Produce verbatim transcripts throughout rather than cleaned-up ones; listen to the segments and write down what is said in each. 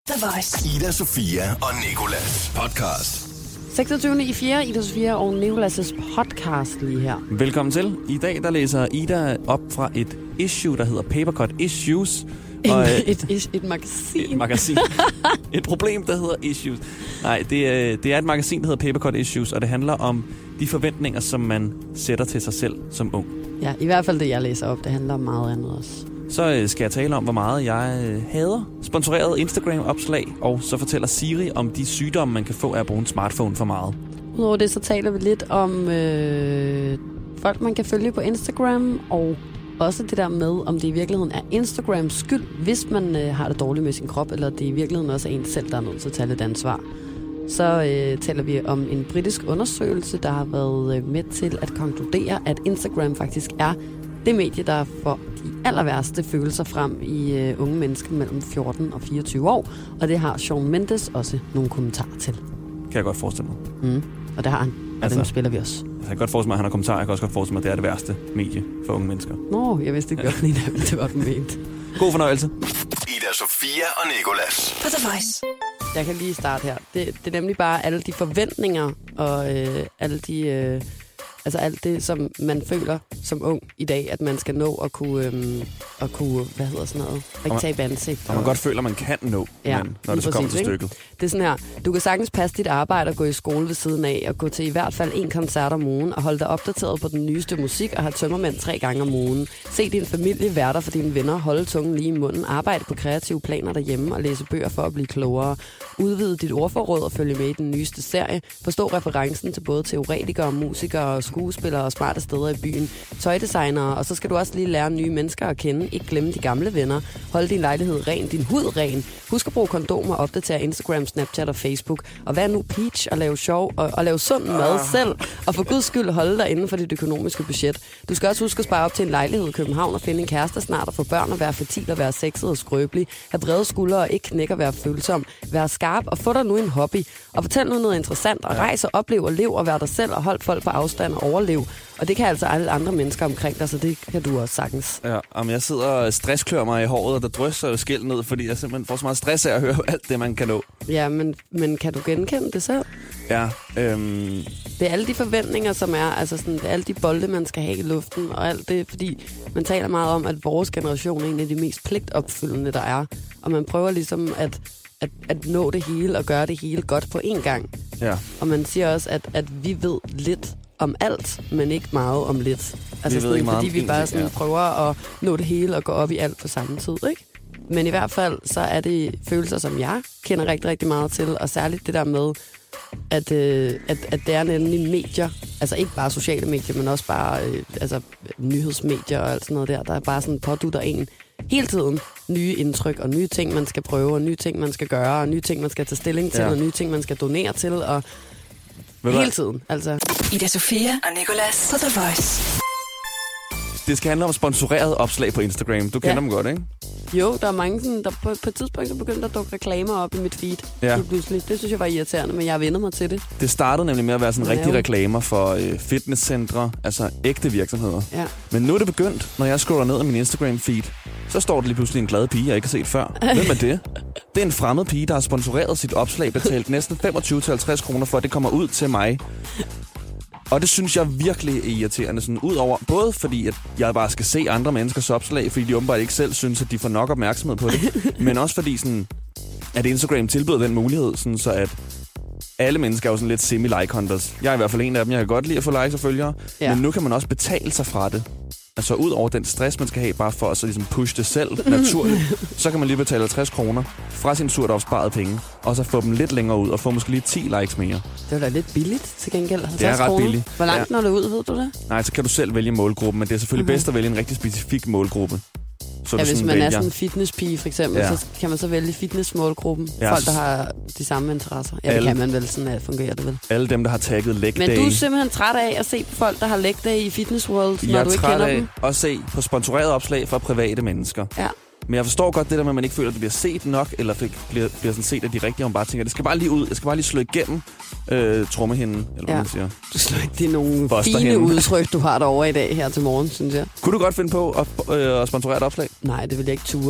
The Voice. Ida, Sofia og Nicolas podcast. seksogtyvende i fjerde Ida, Sofia og Nicolas' podcast lige her. Velkommen til. I dag der læser Ida op fra et issue, der hedder Papercut Issues. Og, et, et, et, et magasin. Et magasin. Et problem, der hedder Issues. Nej, det, det er et magasin, der hedder Papercut Issues, og det handler om de forventninger, som man sætter til sig selv som ung. Ja, i hvert fald det, jeg læser op. Det handler om meget andet også. Så skal jeg tale om, hvor meget jeg hader sponsoreret Instagram-opslag, og så fortæller Siri om de sygdomme, man kan få af at bruge en smartphone for meget. Udover det, så taler vi lidt om øh, folk, man kan følge på Instagram, og også det der med, om det i virkeligheden er Instagrams skyld, hvis man øh, har det dårligt med sin krop, eller det i virkeligheden også er en selv, der er nødt til at tage lidt ansvar. Så øh, taler vi om en britisk undersøgelse, der har været øh, med til at konkludere, at Instagram faktisk er det medie, der får de aller værste følelser frem i øh, unge mennesker mellem fjorten og fireogtyve år. Og det har Shawn Mendes også nogle kommentarer til. Kan jeg godt forestille mig. Mm. Og det har han. Og altså, dem spiller vi også. Jeg kan godt forestille mig, at han har kommentarer. Jeg kan også godt forestille mig, at det er det værste medie for unge mennesker. Nå, jeg vidste ikke, hvad for en af dem det var ment. God fornøjelse. Ida, Sofia og Nicolas. For The Voice. Jeg kan lige starte her. Det, det er nemlig bare alle de forventninger og øh, alle de... Øh, Altså alt det, som man føler som ung i dag, at man skal nå at kunne, øhm, at kunne hvad hedder sådan noget, ikke tabe ansigt. Og man godt føler, man kan nå, ja, men, når det så kommer til stykket. Det er sådan her, du kan sagtens passe dit arbejde og gå i skole ved siden af, og gå til i hvert fald en koncert om ugen, og holde dig opdateret på den nyeste musik, og have tømmermænd tre gange om ugen. Se din familie, være der for dine venner, holde tungen lige i munden, arbejde på kreative planer derhjemme, og læse bøger for at blive klogere. Udvide dit ordforråd og følge med i den nyeste serie. Forstå referencen til både teoretikere, musikere og skuespillere og smarte steder i byen, tøjdesignere, og så skal du også lige lære nye mennesker at kende. Ikke glemme de gamle venner. Hold din lejlighed ren, din hud ren. Husk at bruge kondomer, opdatere Instagram, Snapchat og Facebook. Og vær nu peach og lave sjov og, og lave sund mad uh. selv. Og for guds skyld holde dig inden for dit økonomiske budget. Du skal også huske at spare op til en lejlighed i København og finde en kæreste snart og få børn og være fertil og være sexet og skrøbelig. Have brede skuldre og ikke knække og være følsom. Vær skarp og få dig nu en hobby. Og fortæl nu noget interessant og rejs og oplev og lev og vær dig selv og hold folk på afstand og overlev. Og det kan altså alle andre mennesker omkring dig, så det kan du også sagtens. Ja, om jeg sidder og stressklør mig i håret, og der drysser jo skæld ned, fordi jeg simpelthen får så meget stress af at høre alt det, man kan nå. Ja, men, men kan du genkende det selv? Ja. Øhm... Det er alle de forventninger, som er, altså sådan, det er alle de bolde, man skal have i luften, og alt det, fordi man taler meget om, at vores generation er en af de mest pligtopfyldende, der er. Og man prøver ligesom at, at, at nå det hele og gøre det hele godt på én gang. Ja. Og man siger også, at, at vi ved lidt om alt, men ikke meget om lidt. Altså, vi ved ikke meget fordi vi bare ting, sådan ja. prøver at nå det hele og gå op i alt på samme tid, ikke? Men i hvert fald, så er det følelser, som jeg kender rigtig, rigtig meget til, og særligt det der med, at, øh, at, at det er nemlig medier, altså ikke bare sociale medier, men også bare øh, altså, nyhedsmedier og alt sådan noget der, der er bare sådan pådutter en hele tiden nye indtryk og nye ting, man skal prøve, og nye ting, man skal gøre, og nye ting, man skal tage stilling til, ja. Og nye ting, man skal donere til, og hele tiden, altså. Ida, Sofia og Nicolas på The Voice. Det skal handle om sponsoreret opslag på Instagram. Du kender ja. dem godt, ikke? Jo, der er mange sådan, der på, på et tidspunkt så begyndte at dukke reklamer op i mit feed. Ja. Pludselig. Det synes jeg var irriterende, men jeg vender mig til det. Det startede nemlig med at være sådan ja, rigtige jo. reklamer for øh, fitnesscentre, altså ægte virksomheder. Ja. Men nu er det begyndt, når jeg scroller ned af min Instagram-feed, så står der lige pludselig en glad pige, jeg ikke har set før. Hvem er det? Det er en fremmed pige, der har sponsoreret sit opslag, betalt næsten femogtyve til halvtreds kroner for, at det kommer ud til mig. Og det synes jeg virkelig er irriterende. Sådan, udover, både fordi, at jeg bare skal se andre menneskers opslag, fordi de åbenbart ikke selv synes, at de får nok opmærksomhed på det. Men også fordi, sådan, at Instagram tilbyder den mulighed, sådan, så at alle mennesker er jo sådan lidt semi-like-hunters. Jeg er i hvert fald en af dem. Jeg kan godt lide at få likes og følgere. Ja. Men nu kan man også betale sig fra det. Altså ud over den stress, man skal have, bare for at så ligesom pushe det selv naturligt, så kan man lige betale halvtreds kroner fra sin surt opsparede penge, og så få dem lidt længere ud, og få måske lige ti likes mere. Det er da lidt billigt til gengæld. Det er ret billigt. Hvor langt ja. når det ud, ved du det? Nej, så kan du selv vælge målgruppen, men det er selvfølgelig okay. bedst at vælge en rigtig specifik målgruppe. Så ja, hvis man vælger. er sådan en fitnesspige for eksempel, ja. så kan man så vælge fitnessmålgruppen. Ja. Folk, der har de samme interesser. Ja, alle, det kan man vel, sådan at fungerer det vel. Alle dem, der har tagget leg day. Men du er simpelthen træt af at se på folk, der har leg day i Fitness World, når du ikke kender dem? Jeg er træt af at se på sponsoreret opslag fra private mennesker. Ja. Men jeg forstår godt det der med, at man ikke føler, at det bliver set nok, eller bliver, bliver sådan set af de rigtige, og man bare tænker, det skal bare lige ud, jeg skal bare lige slå igennem øh, trommehinden, eller hvad ja. man siger. Du slår ikke, det er nogle fine udtryk, du har derovre i dag her til morgen, synes jeg. Kunne du godt finde på at, øh, at sponsorere et opslag? Nej, det vil jeg ikke ture.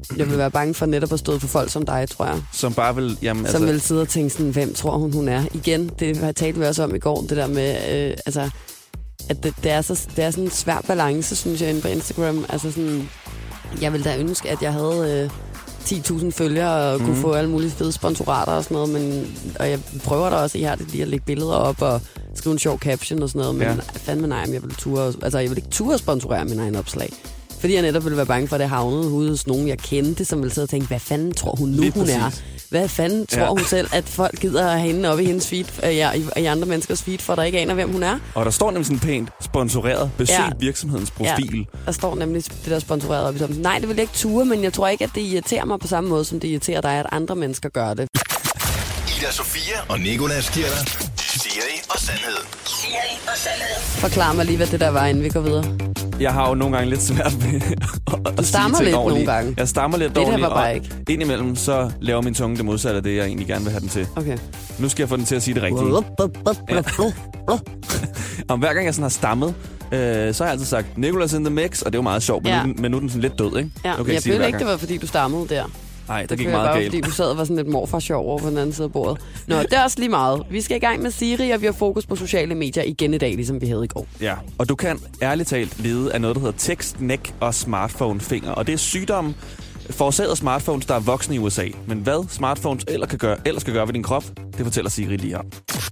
Jeg ville være bange for netop at stå på folk som dig, tror jeg. Som bare vil... Jamen, som altså... vil sidde og tænke sådan, hvem tror hun, hun er? Igen, det har talt vi også om i går, det der med, øh, altså, at det, det, er så, det er sådan en svær balance, synes jeg, inde på Instagram. Altså sådan, jeg ville da ønske, at jeg havde øh, ti tusind følgere og kunne mm. få alle mulige fede sponsorater og sådan noget, men, og jeg prøver da også ihærdigt lige at lægge billeder op og skrive en sjov caption og sådan noget, men ja. fandme nej, jeg vil ture, altså jeg vil ikke ture sponsorere min egen opslag. Fordi jeg netop ville være bange for, at det havnede ude hos nogen, jeg kendte, som ville sidde og tænke, hvad fanden tror hun nu, hun er? Hvad fanden tror ja. hun selv, at folk gider at have hende oppe i hendes feed, ja, i, i andre menneskers feed, for der ikke aner, hvem hun er? Og der står nemlig sådan pænt sponsoreret, besøg ja. virksomhedens profil. Ja, der står nemlig det der sponsoreret oppe i sammen. Nej, det vil jeg ikke ture, men jeg tror ikke, at det irriterer mig på samme måde, som det irriterer dig, at andre mennesker gør det. Ida Sofia og Nicolas giver dig Siri og Sandhed. Siri og Sandhed. Forklar mig lige, hvad det der var, inden vi går videre. Jeg har jo nogle gange lidt svært ved at du stammer lidt nogle gange. Jeg stammer lidt dårligt, det der var bare ikke. Og indimellem så laver min tunge det modsatte af det, jeg egentlig gerne vil have den til. Okay. Nu skal jeg få den til at sige det rigtige. Ja. Om hver gang jeg sådan har stammet, øh, så har jeg altid sagt, Nicolas in the mix, og det er jo meget sjovt, men, ja. nu, men nu er den sådan lidt død, ikke? Ja, okay, jeg følte ikke, det var fordi, du stammede der. Nej, det, det gik meget bare, galt. Fordi du sad og var sådan lidt morfar sjov over på den anden side af bordet. Nå, det er også lige meget. Vi skal i gang med Siri, og vi har fokus på sociale medier igen i dag, ligesom vi havde i går. Ja, og du kan ærligt talt lide af noget, der hedder tekst, neck og smartphone-finger. Og det er sygdommen forårsaget af smartphones, der er voksne i U S A. Men hvad smartphones ellers kan gøre, ellers kan gøre ved din krop, det fortæller Siri lige her.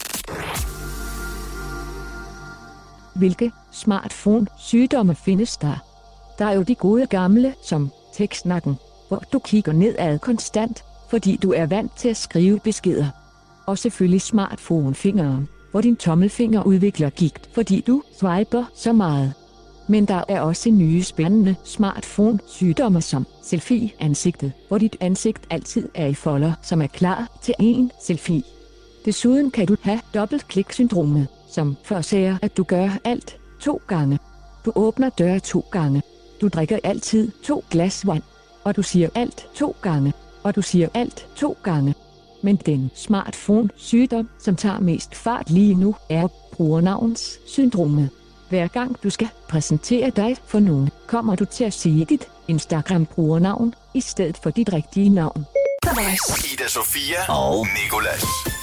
Hvilke smartphone-sygdomme findes der? Der er jo de gode gamle, som tekstnakken, hvor du kigger nedad konstant, fordi du er vant til at skrive beskeder. Og selvfølgelig smartphone-fingeren, hvor din tommelfinger udvikler gigt, fordi du swiper så meget. Men der er også nye spændende smartphone-sygdomme som selfie-ansigtet, hvor dit ansigt altid er i folder, som er klar til en selfie. Desuden kan du have dobbeltklik-syndromet, som forårsager, at du gør alt to gange. Du åbner døre to gange. Du drikker altid to glas vand. Og du siger alt to gange. Og du siger alt to gange. Men den smartphone-sygdom, som tager mest fart lige nu, er brugernavnssyndromet. Hver gang du skal præsentere dig for nogen, kommer du til at sige dit Instagram-brugernavn i stedet for dit rigtige navn. Ida Sofia og Nicolas.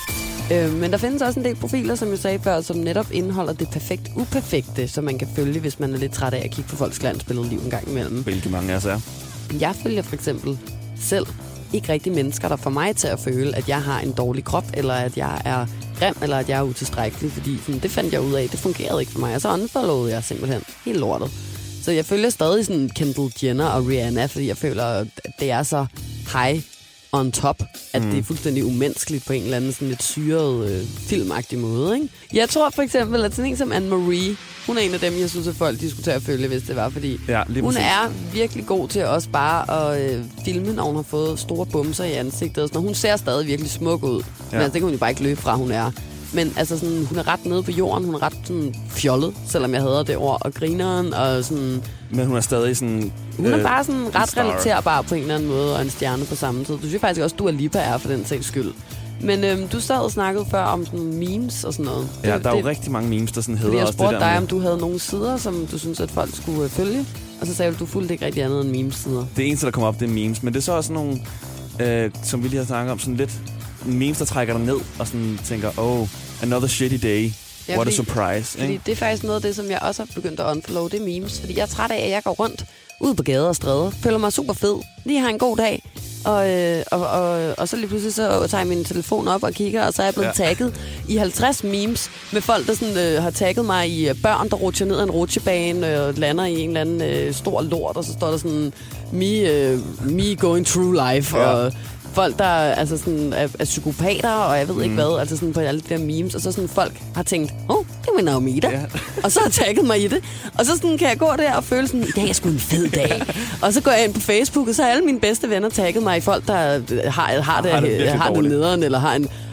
Øh, men der findes også en del profiler, som jeg sagde før, som netop indeholder det perfekt uperfekte, som man kan følge, hvis man er lidt træt af at kigge på folks glansbillede liv en gang imellem. Hvilke mange af os er. Jeg følger for eksempel selv ikke rigtig mennesker, der får mig til at føle, at jeg har en dårlig krop, eller at jeg er grim, eller at jeg er utilstrækkelig, fordi sådan, det fandt jeg ud af, det fungerede ikke for mig, og så unfollowede jeg simpelthen helt lortet. Så jeg følger stadig sådan Kendall Jenner og Rihanna, fordi jeg føler, at det er så high on top, at mm. det er fuldstændig umenneskeligt på en eller anden sådan lidt syret øh, filmagtig måde, ikke? Jeg tror for eksempel, at sådan en som Anne-Marie, hun er en af dem, jeg synes, at folk de skulle tage at følge, hvis det var, fordi ja, hun er virkelig god til også bare at øh, filme, når hun har fået store bumser i ansigtet. Og sådan, og hun ser stadig virkelig smuk ud, ja. Men altså, det kan hun jo bare ikke løbe fra, hun er. Men altså sådan, hun er ret nede på jorden, hun er ret sådan fjollet, selvom jeg hader det ord, og grineren, og sådan... Men hun er stadig sådan... Hun er øh, bare sådan ret relaterbar på en eller anden måde, og en stjerne på samme tid. Du synes faktisk også, du er Lipa er for den sags skyld. Men øhm, du sad og snakkede før om sådan memes og sådan noget. Ja, det, der er det, jo rigtig mange memes, der sådan hedder også det der. Jeg spurgte dig, om du havde nogle sider, som du synes, at folk skulle øh, følge. Og så sagde du, at du fulgte ikke rigtig andet end memes-sider. Det eneste, der kommer op, det er memes. Men det er så også nogle, øh, som vi lige har snakket om, sådan lidt memes, der trækker dig ned og sådan tænker, oh, another shitty day. Ja, what fordi, a surprise. Fordi det er faktisk noget af det, som jeg også har begyndt at unfollow, det er memes. Fordi jeg er træt af, at jeg går rundt ud på gader og stræder, føler mig super fed, lige har en god dag, og, øh, og, og, og så lige pludselig så tager jeg min telefon op og kigger, og så er jeg blevet ja. tagget i halvtreds memes med folk, der sådan, øh, har tagget mig i øh, børn, der rutscher ned ad en rutsjebane og lander i en eller anden øh, stor lort, og så står der sådan, me, øh, me going through life, ja. og folk, der altså sådan, er, er psykopater, og jeg ved mm. ikke hvad, altså sådan på alle de der memes, og så sådan folk har tænkt, åh, oh, det var Naomi der, ja. og så har tagget mig i det, og så sådan kan jeg gå der og føle sådan, i dag er sgu en fed dag, og så går jeg ind på Facebook, og så har alle mine bedste venner tagget mig i folk, der har, har det, har det, har det nederen, eller har en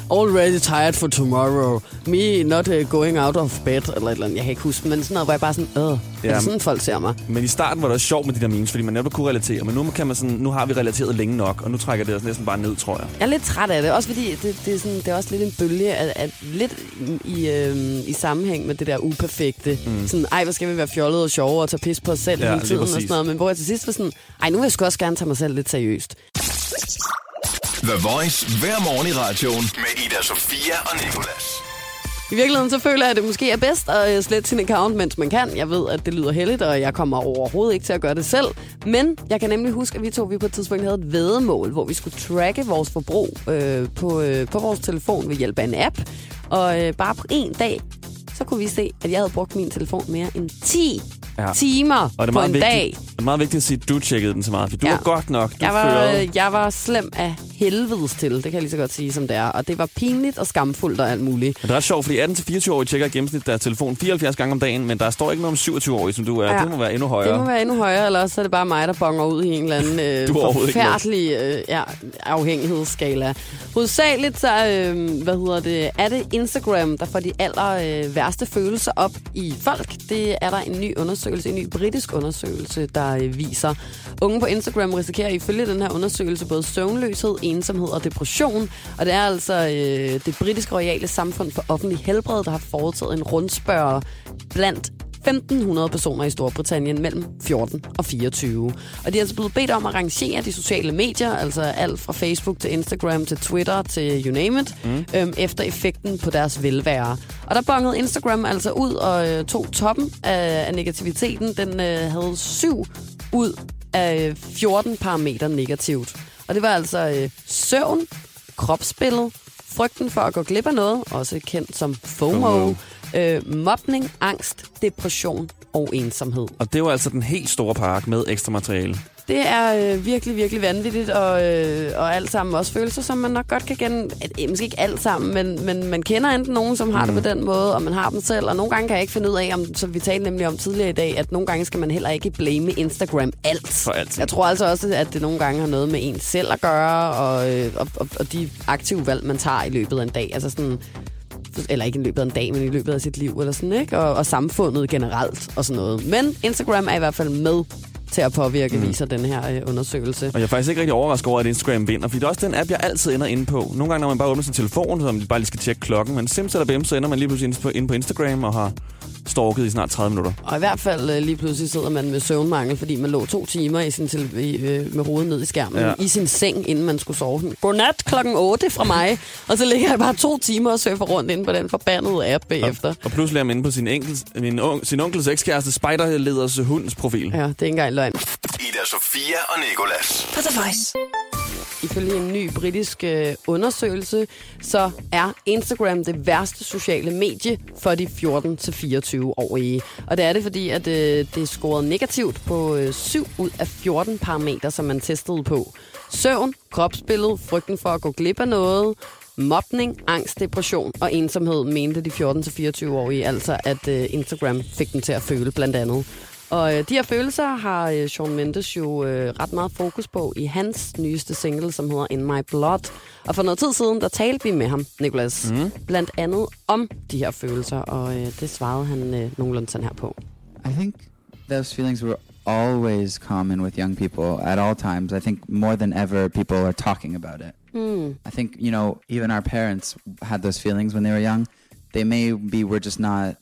already tired for tomorrow. Me not uh, going out of bed, eller et eller andet. Jeg kan ikke huske, men sådan noget, hvor jeg bare sådan, øh, ja, er det sådan, folk ser mig? Men i starten var det også sjovt med de der memes, fordi man netop kunne relatere. Men nu, kan man sådan, nu har vi relateret længe nok, og nu trækker det os næsten bare ned, tror jeg. Jeg er lidt træt af det, også fordi det, det, er, sådan, det er også lidt en bølge, at, at lidt i, øh, i sammenhæng med det der uperfekte. Mm. Sådan, ej, hvor skal vi være fjollede og sjove og tage pis på os selv ja, hele tiden og sådan noget. Men hvor jeg til sidst var sådan, ej, nu vil jeg sgu også gerne tage mig selv lidt seriøst. The Voice hver morgen i radioen med Ida Sofia og Nicolas. I virkeligheden så føler jeg, at det måske er bedst at slette sin account, mens man kan. Jeg ved, at det lyder heldigt, og jeg kommer overhovedet ikke til at gøre det selv. Men jeg kan nemlig huske, at vi to vi på et tidspunkt havde et væddemål, hvor vi skulle tracke vores forbrug øh, på, øh, på vores telefon ved hjælp af en app. Og øh, bare på en dag, så kunne vi se, at jeg havde brugt min telefon mere end ti ja. timer og det på en vigtigt, dag. Det er meget vigtigt at sige, at du tjekkede den så meget, for du ja. var godt nok. Du jeg, var, førede... jeg var slem af helvedes til, det kan jeg lige så godt sige, som det er. Og det var pinligt og skamfuldt og alt muligt. Men det er ret sjovt, fordi atten til fireogtyve-årige tjekker i gennemsnit deres telefon fireoghalvfjerds gange om dagen, men der står ikke noget om syvogtyve-årige, som du er. Ja. Det må være endnu højere. Det må være endnu højere, eller også er det bare mig, der bonger ud i en eller anden øh, forfærdelig øh, ja, afhængighedsskala. Hovedsageligt så, øh, hvad hedder det, er det Instagram, der får de aller øh, værste følelser op i folk. Det er der en ny undersøgelse, en ny britisk undersøgelse, der øh, viser. Unge på Instagram risikerer ifølge den her undersøgelse både søvnløshed, ensomhed og depression. Og det er altså øh, det britiske royale samfund for offentlig helbred, der har foretaget en rundspørg blandt femten hundrede personer i Storbritannien mellem fjorten og fireogtyve. Og de er altså blevet bedt om at rangere de sociale medier, altså alt fra Facebook til Instagram til Twitter til you name it, mm. øhm, efter effekten på deres velvære. Og der bongede Instagram altså ud og øh, tog toppen af, af negativiteten. Den øh, havde syv ud af fjorten parametre negativt. Og det var altså øh, søvn, kropsbillede, frygten for at gå glip af noget, også kendt som FOMO, øh, mobning, angst, depression og ensomhed. Og det var altså den helt store pakke med ekstra materiale. Det er øh, virkelig, virkelig vanvittigt, og, øh, og alt sammen også følelser, som man nok godt kan kende. Øh, måske ikke alt sammen, men, men man kender enten nogen, som har mm. det på den måde, og man har dem selv. Og nogle gange kan jeg ikke finde ud af, om, som vi talte nemlig om tidligere i dag, at nogle gange skal man heller ikke blame Instagram alt. For alt. Jeg tror altså også, at det nogle gange har noget med en selv at gøre, og, øh, og, og, og de aktive valg, man tager i løbet af en dag. Altså sådan... eller ikke i løbet af en dag, men i løbet af sit liv, eller sådan, ikke? Og, og samfundet generelt, og sådan noget. Men Instagram er i hvert fald med til at påvirke, mm. viser den her øh, undersøgelse. Og jeg er faktisk ikke rigtig overrasket over, at Instagram vinder, fordi det er også den app, jeg altid ender inde på. Nogle gange, når man bare åbner sin telefon, så man bare lige skal tjekke klokken, men sims eller bim, så ender man lige pludselig inde på Instagram og har stalket i snart tredive minutter. Og i hvert fald øh, lige pludselig sidder man med søvnmangel, fordi man lå to timer i sin til- i, øh, med hovedet ned i skærmen, ja. i sin seng, inden man skulle sove. Godnat klokken otte fra mig, og så ligger jeg bare to timer og surfer rundt inde på den forbandede app bagefter. Og, og pludselig er man inde på sin, enkel, min, un, sin onkels ekskæreste spejderleders hunds profil. Ja, det er ikke engang løgn. Ida Sofia og Nicolas. For The Voice. Ifølge en ny britisk øh, undersøgelse, så er Instagram det værste sociale medie for de fjorten til fireogtyve-årige. Og det er det, fordi at, øh, det er scoret negativt på øh, syv ud af fjorten parametre, som man testede på. Søvn, kropsbillede, frygten for at gå glip af noget, mobning, angst, depression og ensomhed, mente de fjorten til fireogtyve-årige, altså at øh, Instagram fik dem til at føle blandt andet. Og øh, de her følelser har øh, Shawn Mendes jo øh, ret meget fokus på i hans nyeste single, som hedder In My Blood. Og for noget tid siden, der talte vi med ham, Nicolas, mm. blandt andet om de her følelser, og øh, det svarede han øh, nogenlunde sådan her på. I think those feelings were always common with young people at all times. I think more than ever people are talking about it. Mm. I think, you know, even our parents had those feelings when they were young. They maybe were just not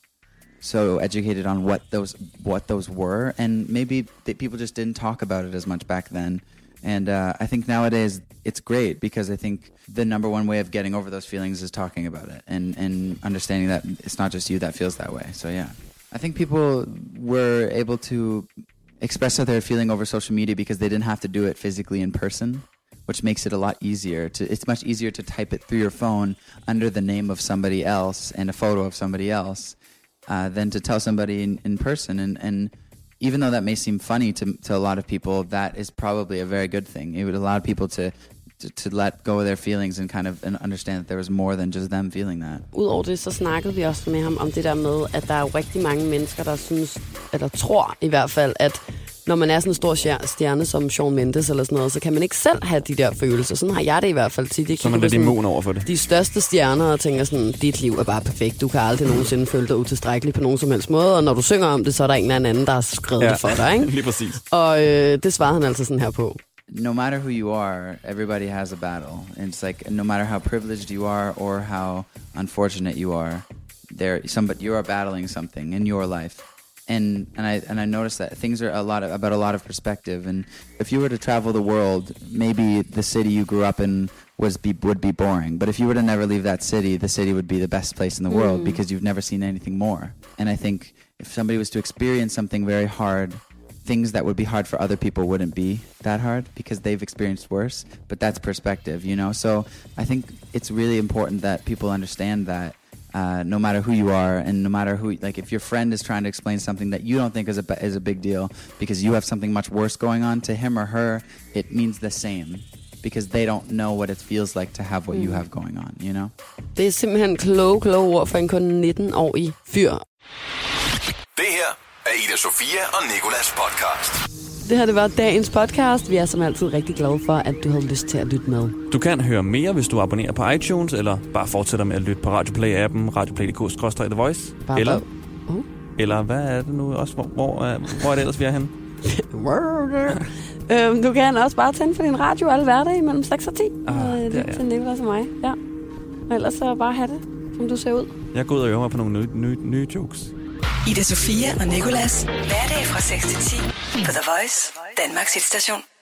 so educated on what those what those were, and maybe they, people just didn't talk about it as much back then. And uh, I think nowadays it's great because I think the number one way of getting over those feelings is talking about it and, and understanding that it's not just you that feels that way. So yeah, I think people were able to express how they're feeling over social media because they didn't have to do it physically in person, which makes it a lot easier. To, it's much easier to type it through your phone under the name of somebody else and a photo of somebody else Uh, than to tell somebody in, in person. And, and even though that may seem funny to, to a lot of people, that is probably a very good thing. It would allow people to, to, to let go of their feelings and kind of and understand that there was more than just them feeling that. Udover det, så snakkede vi også med ham om det der med, at der er jo rigtig mange mennesker, der synes, eller tror i hvert fald, at når man er sådan en stor stjerne som Shawn Mendes eller sådan noget, så kan man ikke selv have de der følelser. Sådan har jeg det i hvert fald tit. Jeg så man er lidt immun over for det. De største stjerner og tænker sådan, dit liv er bare perfekt. Du kan aldrig nogensinde føle dig utilstrækkelig på nogen som helst måde, og når du synger om det, så er der en eller anden, der har skrevet ja. det for dig, ikke? Lige præcis. Og øh, det svarede han altså sådan her på. No matter who you are, everybody has a battle. And it's like, no matter how privileged you are or how unfortunate you are, there somebody you are battling something in your life. And and I and I noticed that things are a lot of, about a lot of perspective. And if you were to travel the world, maybe the city you grew up in was be would be boring. But if you were to never leave that city, the city would be the best place in the world mm. because you've never seen anything more. And I think if somebody was to experience something very hard, things that would be hard for other people wouldn't be that hard because they've experienced worse. But that's perspective, you know. So I think it's really important that people understand that. Uh, no matter who you are, and no matter who, like if your friend is trying to explain something that you don't think is a is a big deal because you have something much worse going on, to him or her, it means the same because they don't know what it feels like to have what mm. you have going on, you know? Det er simpelthen kloge, kloge ord for en kun nitten-årig fyr. Det her er Ida Sofia og Nicolas podcast. Det her det var dagens podcast. Vi er som altid rigtig glade for, at du havde lyst til at lytte med. Du kan høre mere, hvis du abonnerer på iTunes, eller bare fortsætter med at lytte på Radioplay-appen, radioplay punktum d k skråstreg the voice. Bare eller, uh. eller hvad er det nu også? Hvor, hvor, hvor er det ellers, vi er henne? øhm, du kan også bare tænde for din radio alle hverdage mellem seks og ti. Ah, og det er til Nicolas og mig. Ja. Og ellers så bare have det, som du ser ud. Jeg går ud og øver mig på nogle nye, nye, nye jokes. Ida Sofia og Nicolas. Hverdag fra seks til ti på The Voice, Danmarks hitstation.